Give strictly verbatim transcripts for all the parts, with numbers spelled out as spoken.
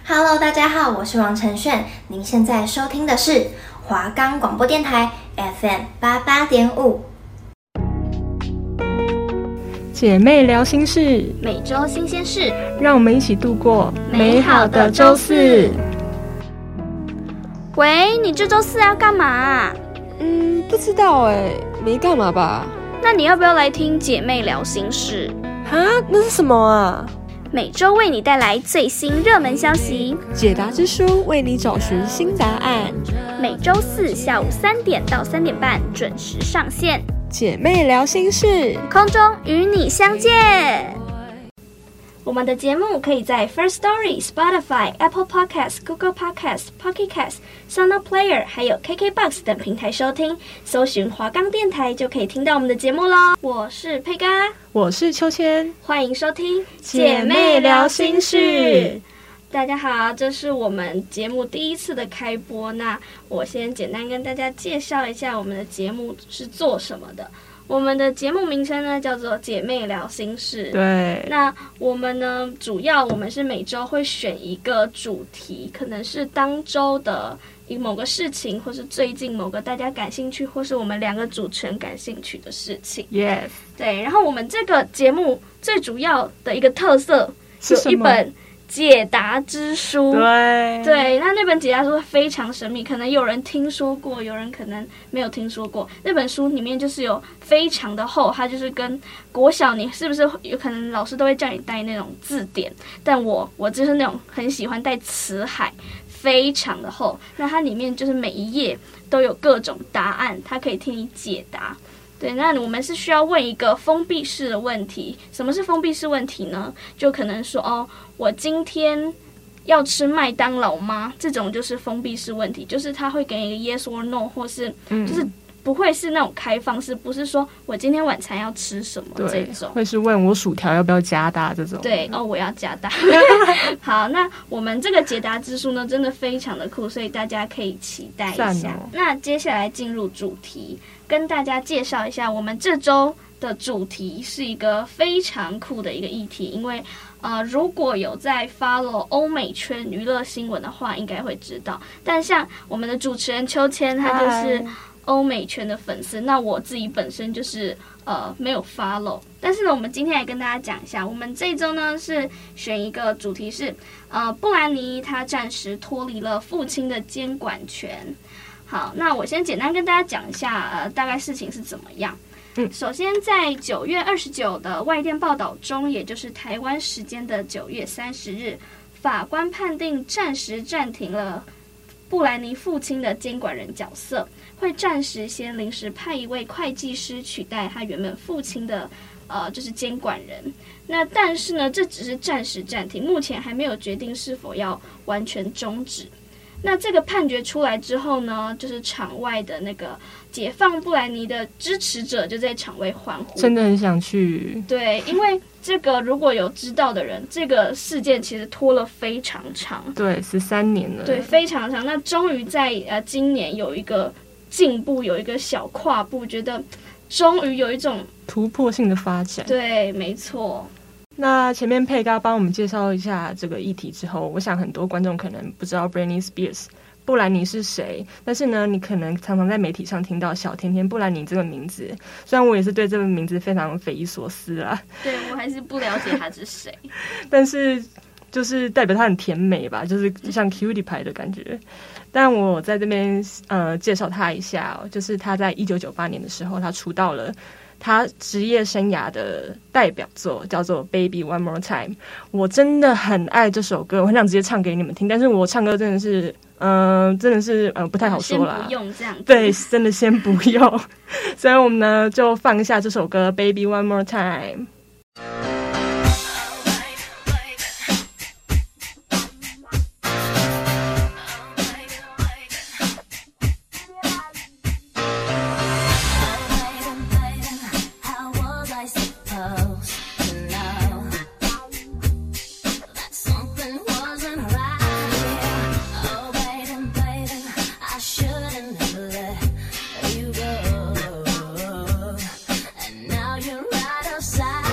Hello， 大家好，我是王承炫，您现在收听的是华冈广播电台 F M 八八点五。 姐妹聊心事， 每周新鲜事， 让我们一起度过美好的周四。 喂，你这周四要干嘛？ 嗯，不知道哎，没干嘛吧？ 那你要不要来听姐妹聊心事？ 哈，那是什么啊？ 每周为你带来最新热门消息， 解答之书为你找寻新答案。 每周四下午三点到三点半准时上线。 姐妹聊心事， 空中与你相见。我们的节目可以在 First Story、Spotify、Apple Podcasts、Google Podcasts、Pocket Casts、Sound Player 还有 K K Box 等平台收听，搜寻华冈电台就可以听到我们的节目咯。我是佩嘎， 我是秋千， 欢迎收听姐妹聊心事。 大家好，这是我们节目第一次的开播。那我先简单跟大家介绍一下我们的节目是做什么的。我们的节目名称呢叫做姐妹聊心事。 对， 那我们呢主要我们是每周会选一个主题，可能是当周的某个事情，或是最近某个大家感兴趣，或是我们两个主持人感兴趣的事情。 Yes， 对，然后我们这个节目最主要的一个特色有一本解答之书。 对对，那那本解答书非常神秘，可能有人听说过，有人可能没有听说过。那本书里面就是有非常的厚，它就是跟国小你是不是有可能老师都会叫你带那种字典，但我我就是那种很喜欢带词海，非常的厚。那它里面就是每一页都有各种答案，它可以替你解答。对，那我们是需要问一个封闭式的问题。什么是封闭式问题呢？就可能说哦，我今天要吃麦当劳吗？这种就是封闭式问题，就是他会给你一个 yes or no， 或是就是不会是那种开放式，不是说我今天晚餐要吃什么这种， 会是问我薯条要不要加大这种。 对哦，我要加大。好，那我们这个解答之书呢，真的非常的酷，所以大家可以期待一下。哦、那接下来进入主题，跟大家介绍一下我们这周的主题是一个非常酷的一个议题，因为呃，如果有在 follow 欧美圈娱乐新闻的话，应该会知道。但像我们的主持人秋千，他就是欧美圈的粉丝，那我自己本身就是呃没有 follow。但是呢，我们今天来跟大家讲一下，我们这一周呢是选一个主题是呃布兰妮她暂时脱离了父亲的监管权。好，那我先简单跟大家讲一下呃大概事情是怎么样。嗯，首先在九月二十九的外电报道中，也就是台湾时间的九月三十日，法官判定暂时暂停了布兰妮父亲的监管人角色，会暂时先临时派一位会计师取代他原本父亲的呃就是监管人。那但是呢，这只是暂时暂停，目前还没有决定是否要完全终止。那这个判决出来之后呢，就是场外的那个解放布兰妮的支持者就在场外欢呼， 真的很想去。 对，因为这个如果有知道的人，这个事件其实拖了非常长， 对，十三年了， 对，非常长。那终于在呃今年有一个进步，有一个小跨步，觉得终于有一种突破性的发展。 对，没错。 那前面佩嘎帮我们介绍一下这个议题之后，我想很多观众可能不知道 Britney Spears 布兰妮是谁，但是呢，你可能常常在媒体上听到小甜甜布兰妮这个名字，虽然我也是对这个名字非常匪夷所思啦， 对，我还是不了解她是谁， 但是就是代表她很甜美吧，就是像 cutie pie 的感觉。但我在这边呃介绍她一下、哦，就是她在一九九八年的时候，她出道了。他职业生涯的代表作叫做 Baby One More Time， 我真的很爱这首歌，我很想直接唱给你们听，但是我唱歌真的是嗯、呃，真的是呃不太好说啦， 先不用这样子， 对，真的先不用所以我们呢就放一下这首歌 Baby One More Time。 Side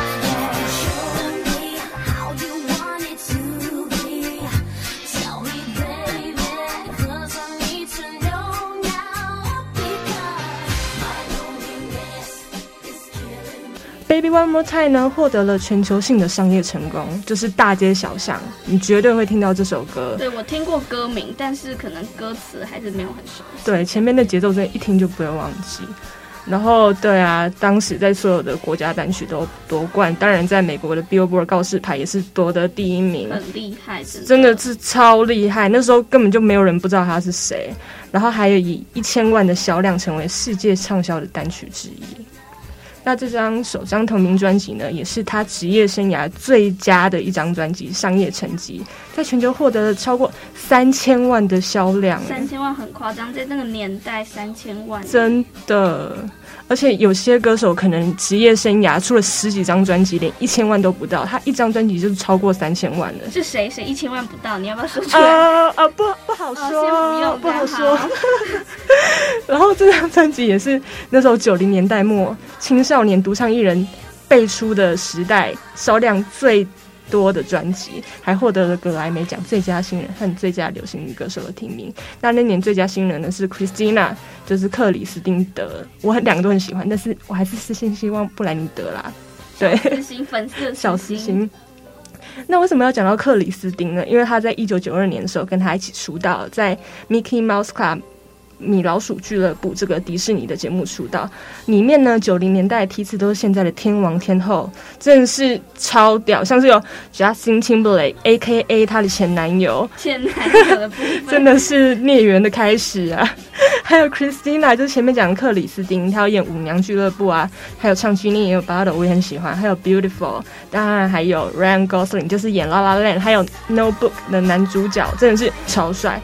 Baby One More Time 呢获得了全球性的商业成功，就是大街小巷你绝对会听到这首歌。 对，我听过歌名，但是可能歌词还是没有很熟悉。 对，前面的节奏真的一听就不会忘记。然后对啊，当时在所有的国家单曲都夺冠，当然在美国的 Billboard 告示牌也是夺得第一名， 很厉害，真的真的是超厉害。那时候根本就没有人不知道他是谁，然后还有以一千万的销量成为世界畅销的单曲之一。那这张首张同名专辑呢，也是他职业生涯最佳的一张专辑，商业成绩在全球获得了超过三千万的销量。 三千万很夸张，在那个年代三千万真的。而且有些歌手可能职业生涯出了十几张专辑，连一千万都不到，他一张专辑就是超过三千万了。 是谁？谁一千万不到？你要不要说出来？ 呃呃，不不好说， 哦、不用， 不好说。然后这张专辑也是那时候九零年代末青少年独唱艺人辈出的时代，销量最多的专辑，还获得了格莱美奖最佳新人和最佳流行女歌手的提名。那那年最佳新人呢是 Christina， 就是克里斯汀德，我两个都很喜欢，但是我还是私心希望布兰妮得啦。对， 私心粉丝小私心。那为什么要讲到克里斯汀呢？因为他在一九九二年的时候跟他一起出道，在 Mickey Mouse Club米老鼠俱乐部这个迪士尼的节目出道，里面呢九零年代的梯次都是现在的天王天后，真的是超屌，像是有 Justin Timberlake A K A 他的前男友， 前男友的部分真的是孽缘的开始啊！还有 Christina， 就是前面讲的克里斯汀，她要演舞娘俱乐部啊，还有唱 Ginny 也有 Bottle， 我也很喜欢，还有 Beautiful， 当然还有 Ryan Gosling， 就是演 La La Land， 还有 Notebook 的男主角，真的是超帅。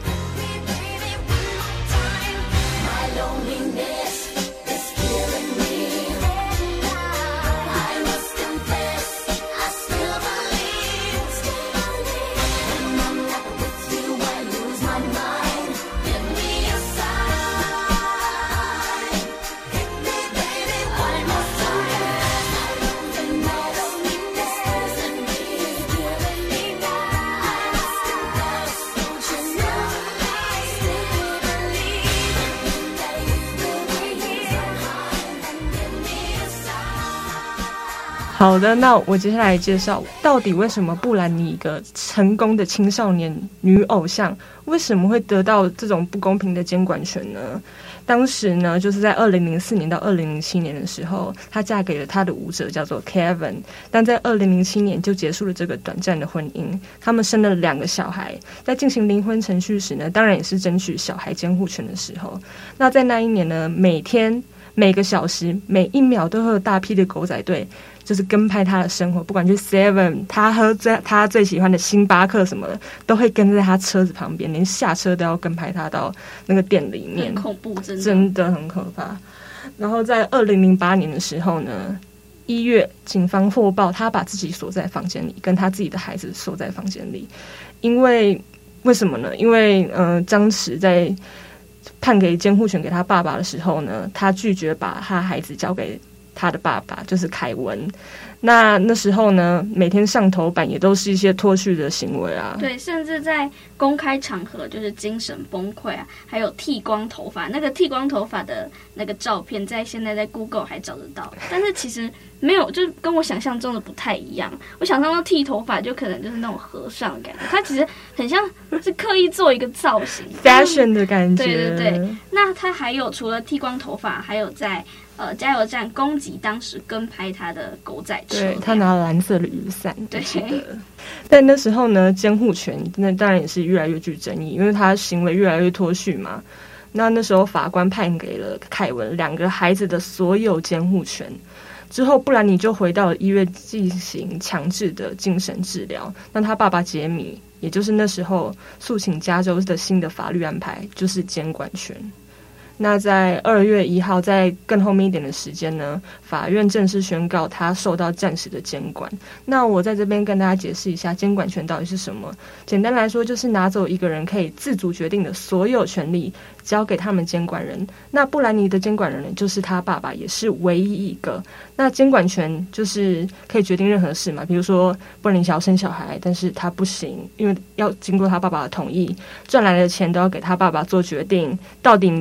好的，那我接下来介绍到底为什么布兰妮一个成功的青少年女偶像为什么会得到这种不公平的监管权呢？当时呢，就是在二零零四年到二零零七年的时候，她嫁给了她的舞者叫做 Kevin， 但在二零零七年就结束了这个短暂的婚姻。他们生了两个小孩，在进行离婚程序时呢，当然也是争取小孩监护权的时候。那在那一年呢，每天每个小时每一秒都会有大批的狗仔队就是跟拍他的生活，不管去 Seven， 他喝最他最喜欢的星巴克什么的，都会跟在他车子旁边，连下车都要跟拍他到那个店里面， 很恐怖，真的真的很可怕。然后在二零零八年的时候呢，一月警方获报他把自己锁在房间里，跟他自己的孩子锁在房间里，因为为什么呢？因为呃，张弛在判给监护权给他爸爸的时候呢，他拒绝把他孩子交给他的爸爸，就是凯文。那那时候呢，每天上头版也都是一些脱序的行为啊， 对，甚至在公开场合就是精神崩溃啊，还有剃光头发，那个剃光头发的那个照片在现在在 Google 还找得到，但是其实没有，就跟我想象中的不太一样。我想象到剃头发就可能就是那种和尚的感觉，他其实很像是刻意做一个造型 fashion 的感觉。 对对对，那他还有除了剃光头发，还有在呃加油站攻击当时跟拍他的狗仔车， 对，他拿了蓝色的雨伞，我记得。但那时候呢，监护权那当然也是越来越具争议，因为他行为越来越脱序嘛。那那时候法官判给了凯文两个孩子的所有监护权。之后，布兰妮就回到了医院进行强制的精神治疗。那他爸爸杰米，也就是那时候诉请加州的新的法律安排，就是监管权。那在二月一号，在更后面一点的时间呢，法院正式宣告他受到暂时的监管。那我在这边跟大家解释一下监管权到底是什么。简单来说，就是拿走一个人可以自主决定的所有权利，交给他们监管人。那布兰妮的监管人呢，就是他爸爸，也是唯一一个。那监管权就是可以决定任何事嘛，比如说布兰妮想要生小孩，但是他不行，因为要经过他爸爸的同意，赚来的钱都要给他爸爸做决定。到底你今天午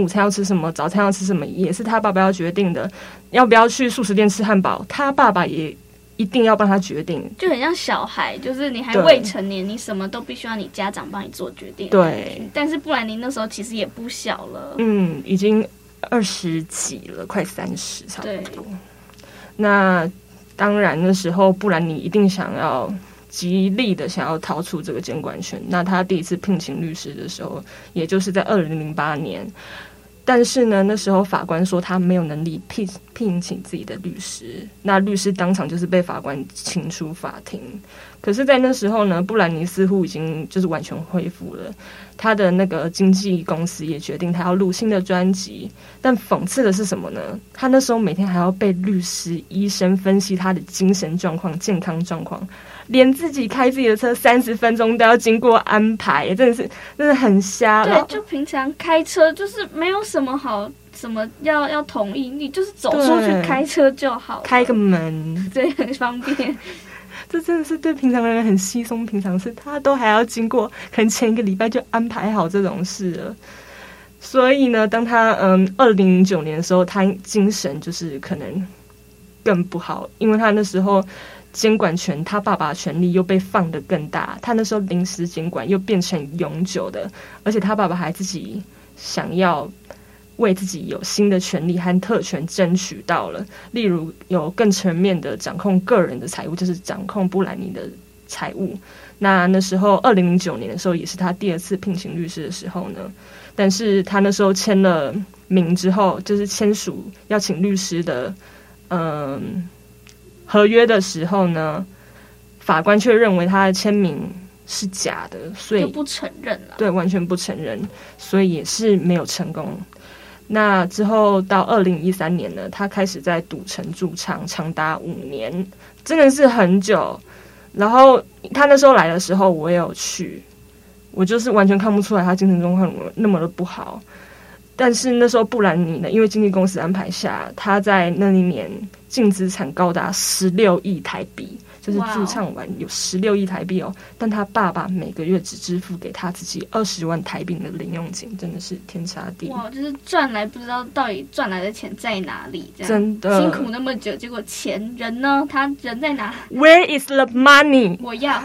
餐要吃什么，早餐要吃什么，也是他爸爸要决定的。要不要去素食店吃汉堡，他爸爸也一定要帮他决定。 就很像小孩，就是你还未成年，你什么都必须要你家长帮你做决定。 对， 但是布兰妮那时候其实也不小了， 嗯，已经二十几了，快三十差不多。那当然那时候布兰妮一定想要极力的想要逃出这个监管权。那他第一次聘请律师的时候，也就是在二零零八年。但是呢，那时候法官说他没有能力聘聘请自己的律师，那律师当场就是被法官请出法庭。可是，在那时候呢，布兰妮似乎已经就是完全恢复了，他的那个经纪公司也决定他要录新的专辑。但讽刺的是什么呢？他那时候每天还要被律师、医生分析他的精神状况、健康状况。连自己开自己的车三十分钟都要经过安排，真的是真的很瞎了。 对，就平常开车就是没有什么好什么要要同意，你就是走出去开车就好， 开个门， 对，很方便。 这真的是对平常人很稀松平常事，他都还要经过，可能前一个礼拜就安排好这种事了。所以呢，当他嗯二零零九年的时候，他精神就是可能更不好，因为他那时候。监管权，他爸爸权力又被放得更大，他那时候临时监管又变成永久的，而且他爸爸还自己想要为自己有新的权利和特权争取到了，例如有更全面的掌控个人的财务，就是掌控布兰妮的财务。那那时候二零零九年的时候，也是他第二次聘请律师的时候呢，但是他那时候签了名之后，就是签署要请律师的，嗯。合约的时候呢，法官却认为他的签名是假的，所以就不承认了。 对，完全不承认，所以也是没有成功。那之后到二零一三年呢，他开始在赌城驻唱，长达五年，真的是很久。然后他那时候来的时候，我也有去，我就是完全看不出来他精神状况那么的不好。但是那时候布兰妮呢，因为经纪公司安排下，他在那一年净资产高达十六亿台币，就是驻唱完有十六亿台币哦。但他爸爸每个月只支付给他自己二十万台币的零用金，真的是天差地。 哇，就是赚来不知道到底赚来的钱在哪里，这样真的辛苦那么久，结果钱人呢？他人在哪 ？Where is the money？ 我要。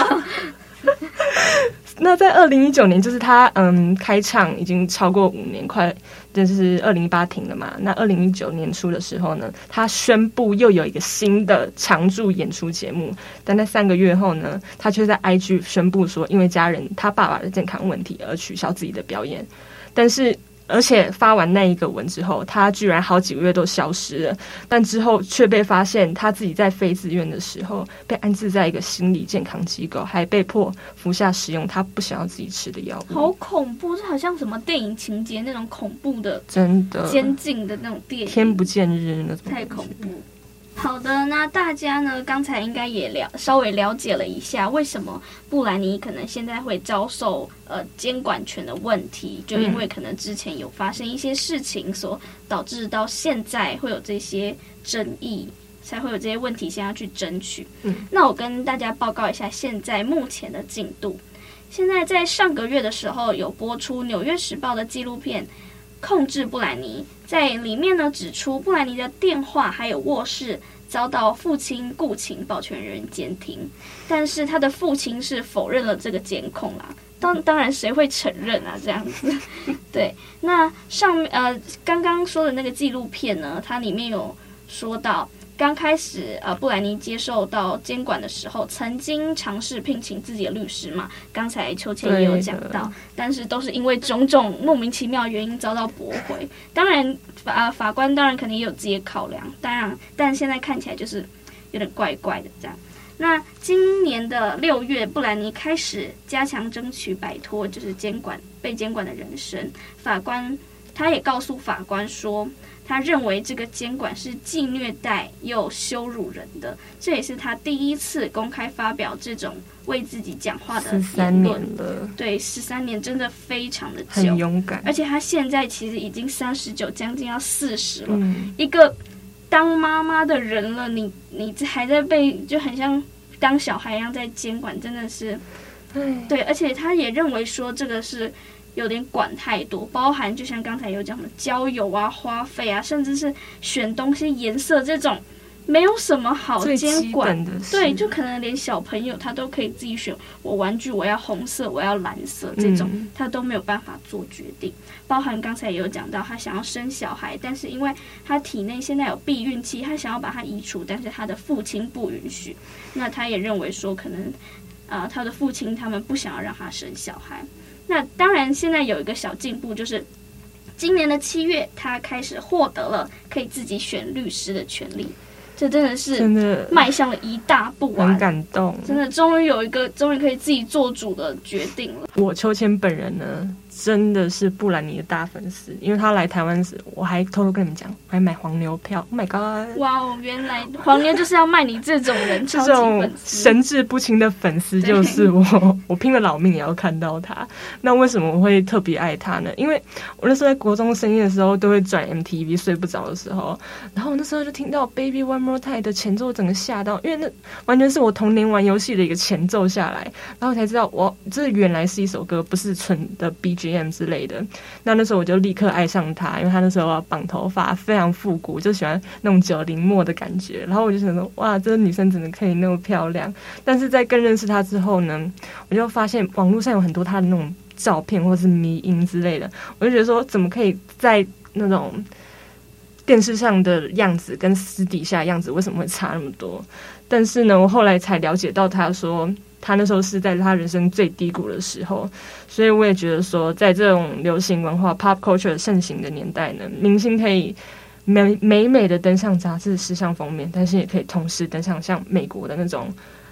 那在二零一九年，就是他嗯开唱已经超过五年，快就是二零一八停了嘛。那二零一九年初的时候呢，他宣布又有一个新的常驻演出节目，但在三个月后呢，他却在 I G 宣布说，因为家人他爸爸的健康问题而取消自己的表演。但是而且发完那一个文之后，他居然好几个月都消失了，但之后却被发现他自己在非自愿的时候被安置在一个心理健康机构，还被迫服下使用他不想要自己吃的药物。 好恐怖，这好像什么电影情节那种恐怖的， 真的监禁的那种电影， 天不见日那种， 太恐怖。好的，那大家呢刚才应该也了稍微了解了一下为什么布兰妮可能现在会遭受呃监管权的问题，就因为可能之前有发生一些事情所导致到现在会有这些争议，才会有这些问题先要去争取。嗯，那我跟大家报告一下现在目前的进度。现在在上个月的时候有播出《纽约时报》的纪录片控制布兰妮，在里面呢指出布兰妮的电话还有卧室遭到父亲顾情保全人监听，但是他的父亲是否认了这个监控啦。当当然谁会承认啊这样子。对，那上呃刚刚说的那个纪录片呢，它里面有说到刚开始呃布兰妮接受到监管的时候，曾经尝试聘请自己的律师嘛，刚才秋千也有讲到，但是都是因为种种莫名其妙的原因遭到驳回。当然法、呃、法官当然肯定也有自己的考量，当然但现在看起来就是有点怪怪的这样。那今年的六月，布兰妮开始加强争取摆脱就是监管被监管的人生。法官他也告诉法官说，他认为这个监管是既虐待又羞辱人的，这也是他第一次公开发表这种为自己讲话的言论。 十三年了， 对，十三年真的非常的久， 很勇敢。 而且他现在其实已经三十九，将近要四十了、 嗯， 一个当妈妈的人了，你你还在被就很像当小孩一样在监管，真的是，对，而且他也认为说这个是有点管太多，包含就像刚才有讲的交友啊、花费啊，甚至是选东西颜色这种。没有什么好监管的， 对，就可能连小朋友他都可以自己选，我玩具我要红色，我要蓝色，这种、嗯、他都没有办法做决定。包含刚才也有讲到，他想要生小孩，但是因为他体内现在有避孕器，他想要把它移除，但是他的父亲不允许。那他也认为说，可能呃他的父亲他们不想要让他生小孩。那当然，现在有一个小进步，就是今年的七月，他开始获得了可以自己选律师的权利。这真的是真的迈向了一大步啊！ 很感动， 真的终于有一个终于可以自己做主的决定了。 我秋千本人呢，真的是布兰妮的大粉丝，因为他来台湾时，我还偷偷跟你们讲，我还买黄牛票。Oh my god！ 哇哦，原来黄牛就是要卖你这种人，超级粉丝， 神志不清的粉丝就是我。我拼了老命也要看到他。那为什么我会特别爱他呢？因为我那时候在国中深夜的时候，都会转 M T V 睡不着的时候，然后我那时候就听到 Baby One More Time 的前奏，整个吓到，因为那完全是我童年玩游戏的一个前奏下来，然后才知道，哇，这原来是一首歌，不是纯的 B G M 之类的。那那时候我就立刻爱上他，因为他那时候绑头发非常复古，就喜欢那种九零末的感觉。然后我就想说，哇，这个女生怎么可以那么漂亮？但是在更认识她之后呢，我就发现网络上有很多她的那种照片或是迷因之类的，我就觉得说，怎么可以在那种电视上的样子跟私底下的样子为什么会差那么多？但是呢，我后来才了解到，他说他那时候是在他人生最低谷的时候，所以我也觉得说，在这种流行文化 pop culture 盛行的年代呢，明星可以美美美的登上杂志时尚封面，但是也可以同时登上像美国的那种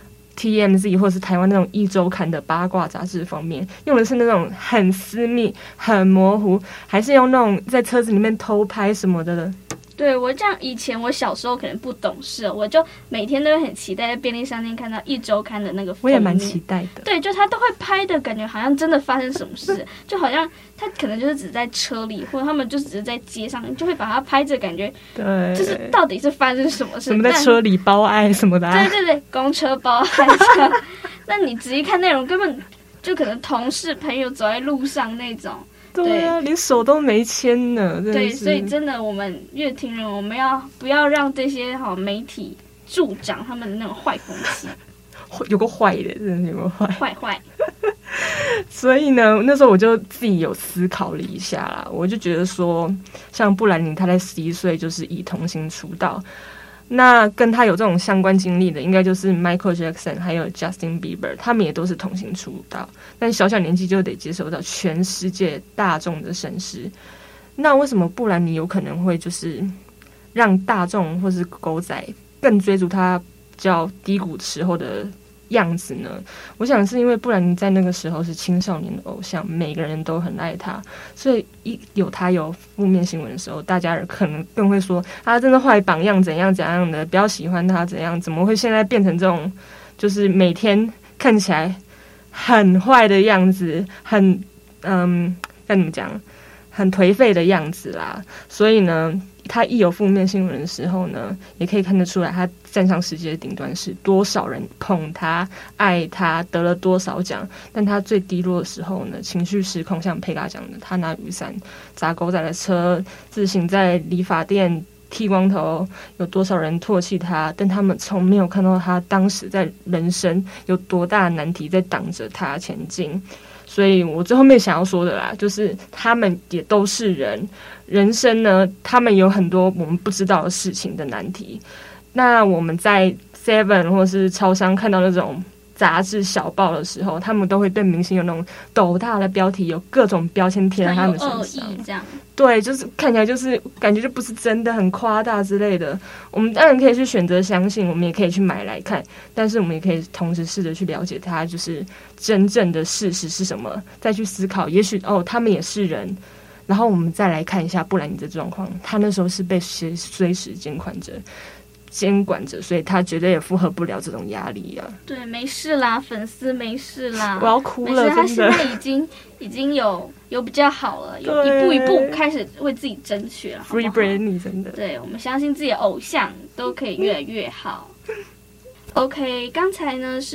T M Z 或是台湾那种一周刊的八卦杂志封面，用的是那种很私密、很模糊，还是用那种在车子里面偷拍什么的。 对，我这样，以前我小时候可能不懂事，我就每天都会很期待在便利商店看到一周刊的那个封面。 我也蛮期待的。 对，就他都会拍的感觉，好像真的发生什么事，就好像他可能就是只在车里，或者他们就只是在街上，就会把他拍着，感觉对，就是到底是发生什么事？ 什么在车里包爱什么的、啊？ 对对对，公车包爱这样。那你仔细看内容，根本就可能同事朋友走在路上那种。 对啊，连手都没牵呢。 对，所以真的，我们乐听人，我们要不要让这些好媒体助长他们的那种坏风气？ 有个坏的，真的有个坏， 坏坏。 所以呢，那时候我就自己有思考了一下啦，我就觉得说，像布兰妮，她在十一岁就是以童星出道。那跟他有这种相关经历的，应该就是 Michael Jackson 还有 Justin Bieber， 他们也都是童星出道，但小小年纪就得接受到全世界大众的审视。那为什么布兰妮有可能会就是让大众或是狗仔更追逐他比较低谷时候的样子呢？我想是因为布兰妮在那个时候是青少年的偶像，每个人都很爱他，所以一有他有负面新闻的时候，大家可能更会说他真的坏榜样怎样怎样的，不要喜欢他怎样，怎么会现在变成这种就是每天看起来很坏的样子，很嗯该怎么讲，很颓废的样子啦。所以呢，他一有负面新闻的时候呢，也可以看得出来他站上世界的顶端是多少人捧他、爱他，得了多少奖。但他最低落的时候呢，情绪失控，像佩嘎讲的，他拿雨伞砸狗仔的车，自行在理发店剃光头，有多少人唾弃他，但他们从没有看到他当时在人生有多大的难题在挡着他前进。所以我最后面想要说的啦，就是他们也都是人，人生呢，他们有很多我们不知道的事情的难题。那我们在 Seven 或是超商看到那种杂志小报的时候，他们都会对明星有那种斗大的标题，有各种标签贴在他们身上， 这样对，就是看起来就是感觉就不是真的，很夸大之类的。我们当然可以去选择相信，我们也可以去买来看，但是我们也可以同时试着去了解它就是真正的事实是什么，再去思考，也许哦，他们也是人。然后我们再来看一下布兰妮的状况，他那时候是被谁随时监管着。监管着，所以他绝对也负荷不了这种压力啊。 对，没事啦，粉丝没事啦， 我要哭了， 他现在已经已经有有比较好了，有一步一步开始为自己争取了。 Free Britney 真的， 对，我们相信自己的偶像都可以越来越好。OK， 刚才呢是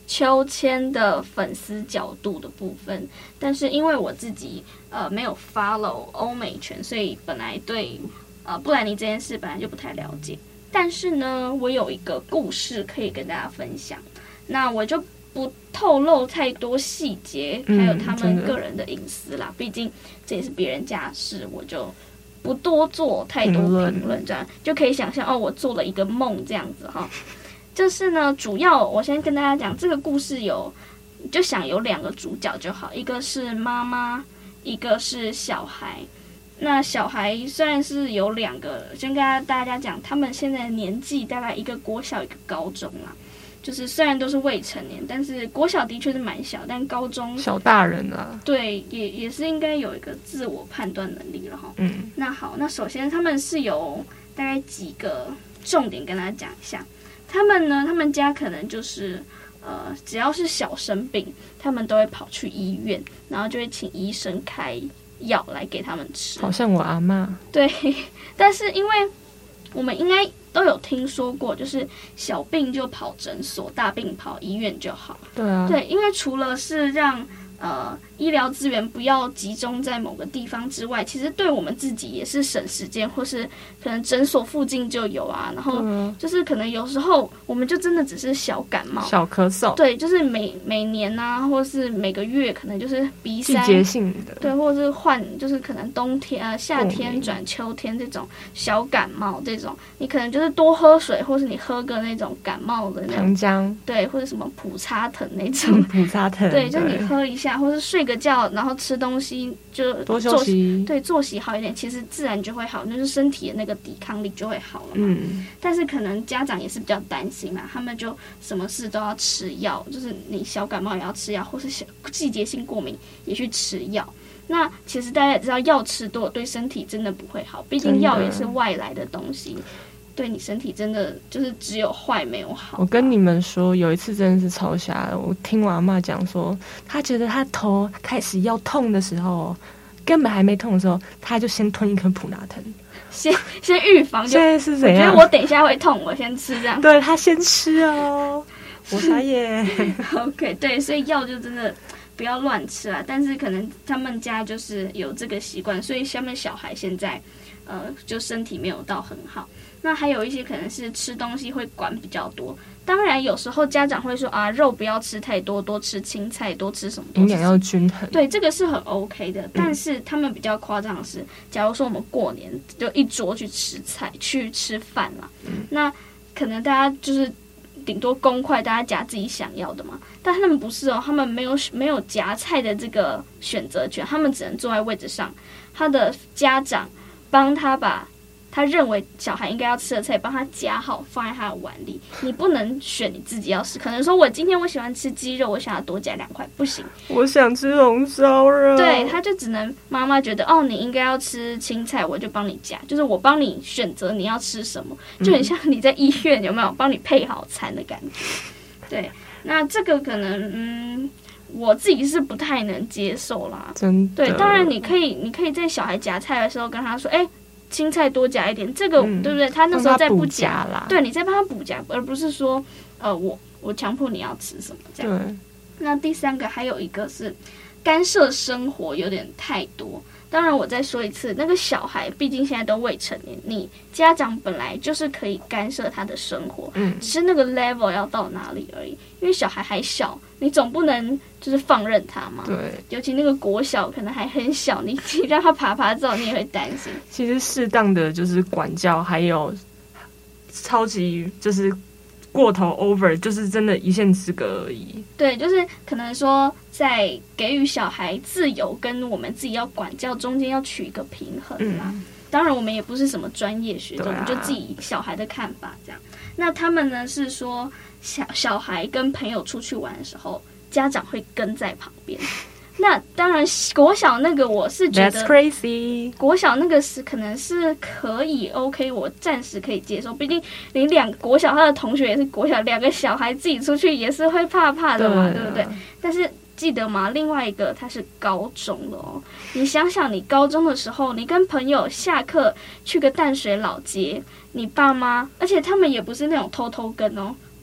秋千的粉丝角度的部分，但是因为我自己呃没有 follow 欧美圈，所以本来对呃布兰妮这件事本来就不太了解。但是呢，我有一个故事可以跟大家分享，那我就不透露太多细节，还有他们个人的隐私啦，毕竟这也是别人家的事，我就不多做太多评论，这样就可以想象哦，我做了一个梦这样子哈。就是呢，主要我先跟大家讲，这个故事有就想有两个主角就好，一个是妈妈，一个是小孩。那小孩虽然是有两个，先跟大家讲，他们现在的年纪大概一个国小，一个高中啦。就是虽然都是未成年，但是国小的确是蛮小，但高中小大人啊， 对，也也是应该有一个自我判断能力了哈。 嗯， 那好，那首先他们是有大概几个重点跟大家讲一下。他们呢，他们家可能就是呃，只要是小生病，他们都会跑去医院，然后就会请医生开药来给他们吃。 好像我阿嬷。 对，但是因为我们应该都有听说过，就是小病就跑诊所，大病跑医院就好。 对啊， 对，因为除了是让呃医疗资源不要集中在某个地方之外，其实对我们自己也是省时间，或是可能诊所附近就有啊，然后就是可能有时候我们就真的只是小感冒、 小咳嗽， 对，就是每每年啊，或是每个月可能就是鼻塞， 季节性的， 对，或者是换，就是可能冬天啊、夏天转秋天这种小感冒，这种你可能就是多喝水，或是你喝个那种感冒的那种糖浆， 对，或者什么普擦疼那种， 普擦疼， 对，就你喝一下，或是睡个觉，然后吃东西就多休息， 对，作息好一点，其实自然就会好，就是身体的那个抵抗力就会好了嘛。 嗯， 但是可能家长也是比较担心啦，他们就什么事都要吃药，就是你小感冒也要吃药，或是小季节性过敏也去吃药。那其实大家也知道，药吃多对身体真的不会好，毕竟药也是外来的东西。对你身体真的就是只有坏没有好。 我跟你们说，有一次真的是超瞎的。我听我阿嬷讲说，她觉得她头开始要痛的时候，根本还没痛的时候，她就先吞一颗普拿疼， 先先预防就。 现在是怎样？ 我觉得我等一下会痛，我先吃这样。 对，她先吃哦。我傻眼。 OK， 对，所以药就真的不要乱吃啦。但是可能他们家就是有这个习惯，所以他们小孩现在呃就身体没有到很好。那还有一些可能是吃东西会管比较多，当然有时候家长会说啊，肉不要吃太多，多吃青菜，多吃什么， 营养要均衡。 对，这个是很 OK 的。但是他们比较夸张的是，假如说我们过年就一桌去吃菜，去吃饭啦，嗯、那可能大家就是顶多公筷，大家夹自己想要的嘛。但他们不是哦，他们没有没有夹菜的这个选择权，他们只能坐在位置上，他的家长帮他把他认为小孩应该要吃的菜帮他夹好，放在他的碗里。你不能选你自己要吃，可能说我今天我喜欢吃鸡肉，我想要多夹两块，不行。 我想吃红烧肉。 对，他就只能妈妈觉得哦，你应该要吃青菜，我就帮你夹，就是我帮你选择你要吃什么，就很像你在医院有没有帮你配好餐的感觉。对，那这个可能嗯。我自己是不太能接受啦， 真的。 对，当然你可以，你可以在小孩夹菜的时候跟他说，哎、欸，青菜多夹一点，这个、嗯、对不对？他那时候再不夹啦， 对，你再帮他补夹，而不是说，呃，我我强迫你要吃什么这样。 对。 那第三个还有一个是干涉生活有点太多。当然，我再说一次，那个小孩毕竟现在都未成年，你家长本来就是可以干涉他的生活，嗯，只是那个 level 要到哪里而已。因为小孩还小，你总不能就是放任他嘛。 对， 尤其那个国小可能还很小，你你让他爬爬照，你也会担心。 其实适当的就是管教，还有超级就是过头 over， 就是真的一线之隔而已。 对，就是可能说在给予小孩自由跟我们自己要管教中间要取一个平衡啦。嗯、当然，我们也不是什么专业学者，啊、我们就自己小孩的看法这样。那他们呢是说，小小孩跟朋友出去玩的时候，家长会跟在旁边。那当然，国小那个我是觉得 That's crazy。 国小那个是可能是可以 OK， 我暂时可以接受。毕竟你两个国小他的同学也是国小，两个小孩自己出去也是会怕怕的嘛， 对, 对不对？但是记得嘛，另外一个他是高中了哦。你想想，你高中的时候，你跟朋友下课去个淡水老街，你爸妈，而且他们也不是那种偷偷跟哦。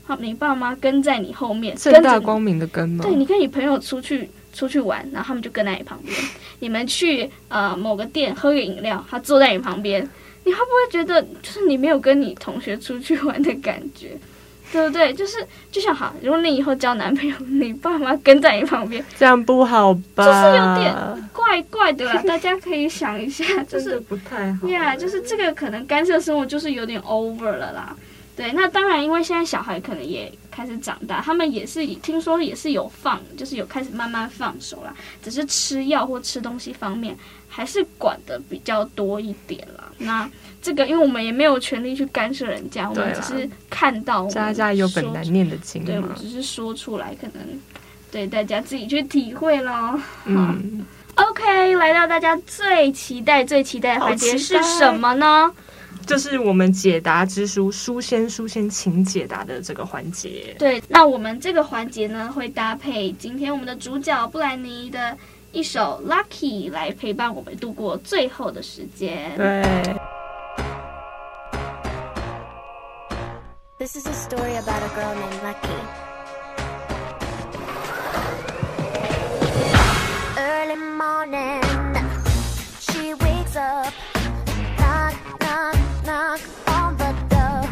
好，你爸妈跟在你后面， 正大光明的跟吗？ 对，你跟你朋友出去出去玩，然后他们就跟在你旁边。你们去呃某个店喝个饮料，他坐在你旁边，你会不会觉得就是你没有跟你同学出去玩的感觉？对不对？就是就像好，如果你以后交男朋友，你爸妈跟在你旁边， 这样不好吧？ 就是有点怪怪的啦。大家可以想一下，就是真的不太好。 呀， yeah, 就是这个可能干涉生活就是有点 over 了啦。对，那当然，因为现在小孩可能也开始长大，他们也是听说也是有放，就是有开始慢慢放手啦。只是吃药或吃东西方面，还是管的比较多一点啦。那这个，因为我们也没有权利去干涉人家，我们只是看到， 家家有本难念的经嘛。 对，我只是说出来，可能对大家自己去体会咯。 嗯 ，OK， 来到大家最期待、最期待的环节是什么呢？ 就是我们解答之书，书仙书仙请解答的这个环节。 对，那我们这个环节呢，会搭配今天我们的主角布兰妮的一首 Lucky 来陪伴我们度过最后的时间。 对。 This is a story about a girl named Lucky. Early morning, she wakes up, knock, knock, knock on the door.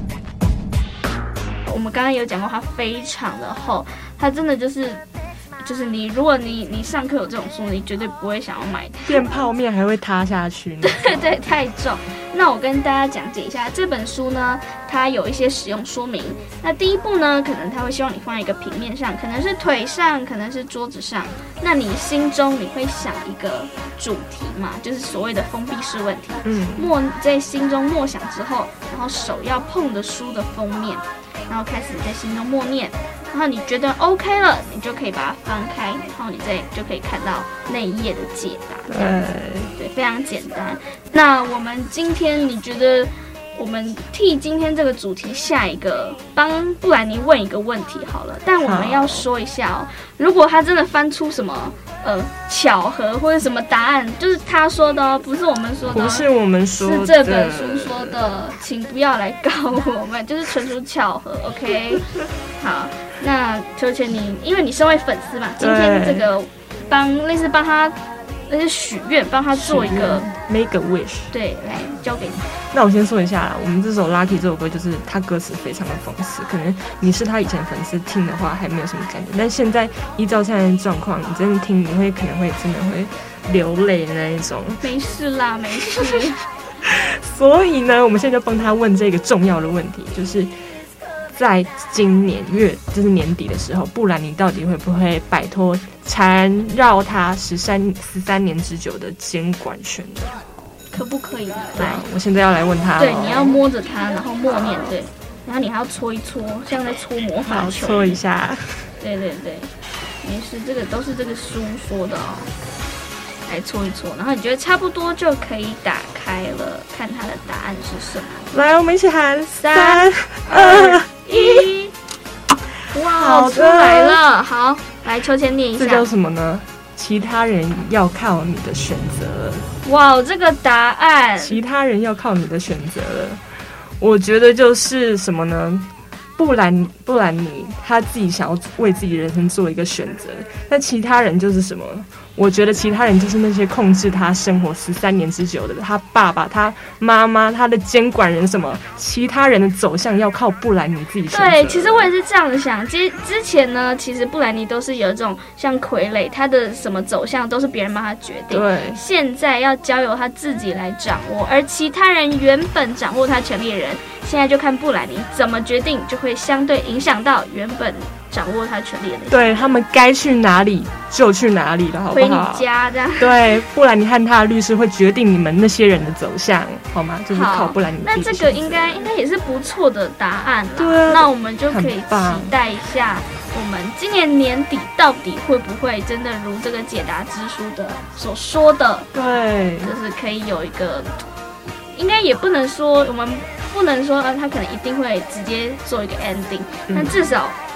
我们刚刚有讲过，它非常的厚，它真的就是就是你，如果你你上课有这种书，你绝对不会想要买它。 变泡面还会塌下去呢。 对对，太重。那我跟大家讲解一下这本书呢，它有一些使用说明。那第一步呢，可能它会希望你放在一个平面上，可能是腿上，可能是桌子上。那你心中你会想一个主题嘛，就是所谓的封闭式问题。 嗯， 默在心中默想之后，然后手要碰着书的封面，然后开始在心中默念。然后你觉得 OK 了，你就可以把它翻开，然后你再就可以看到那一页的解答。这样子，对，非常简单。那我们今天你觉得我们替今天这个主题下一个帮布兰妮问一个问题好了，但我们要说一下哦，如果他真的翻出什么呃巧合或者什么答案，就是他说的哦，不是我们说的哦， 不是我们说的， 是这本书说的，请不要来告我们，就是纯属巧合 ，OK？ 好，那秋千你，因为你身为粉丝嘛，今天这个帮类似帮他。那是许愿，帮他做一个 make a wish， 对，来交给你。 那我先说一下啦，我们这首 Lucky 这首歌就是他歌词非常的讽刺，可能你是他以前粉丝听的话还没有什么感觉，但现在依照现在的状况，你真的听，你会可能会真的会流泪的那一种。 没事啦，没事。 所以呢，我们现在就帮他问这个重要的问题，就是在今年月就是年底的时候，布兰妮到底会不会摆脱缠绕他十三十三年之久的监管权呢？ 可不可以呢？ 来，我现在要来问他。 对，你要摸着它，然后默念，对，然后你还要搓一搓，像在搓魔法球。 搓一下。 对对对，没事，这个都是这个书说的哦。来搓一搓，然后你觉得差不多就可以打开了，看它的答案是什么。 来，我们一起喊三二一，哇，出来了！好，来秋千念一下。 这叫什么呢？其他人要靠你的选择。 哇，这个答案， 其他人要靠你的选择。我觉得就是什么呢？布兰布兰妮他自己想要为自己人生做一个选择，那其他人就是什么？我觉得其他人就是那些控制他生活十三年之久的，他爸爸、他妈妈、他的监管人什么，其他人的走向要靠布兰妮自己选择。 对，其实我也是这样想。之之前呢，其实布兰妮都是有一种像傀儡，他的什么走向都是别人帮他决定。 对， 现在要交由他自己来掌握，而其他人原本掌握他权力的人，现在就看布兰妮怎么决定，就会相对影响到原本掌握他权力的人。 对，他们该去哪里就去哪里了，好不好？ 回你家这样。 对，布兰妮和他的律师会决定你们那些人的走向，好吗？就是靠布兰妮。 那这个应该应该也是不错的答案啦。 对， 那我们就可以期待一下，我们今年年底到底会不会真的如这个解答之书的所说的， 对， 就是可以有一个，应该也不能说我们不能说，呃，他可能一定会直接做一个 ending，但至少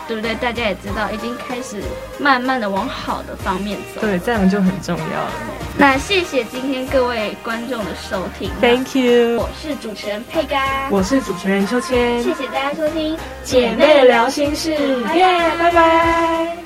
对不对？大家也知道，已经开始慢慢的往好的方面走。 对，这样就很重要了。 那谢谢今天各位观众的收听 ，Thank you。 我是主持人佩嘎， 我是主持人秋千， 谢谢大家收听姐妹聊心事，耶，拜拜。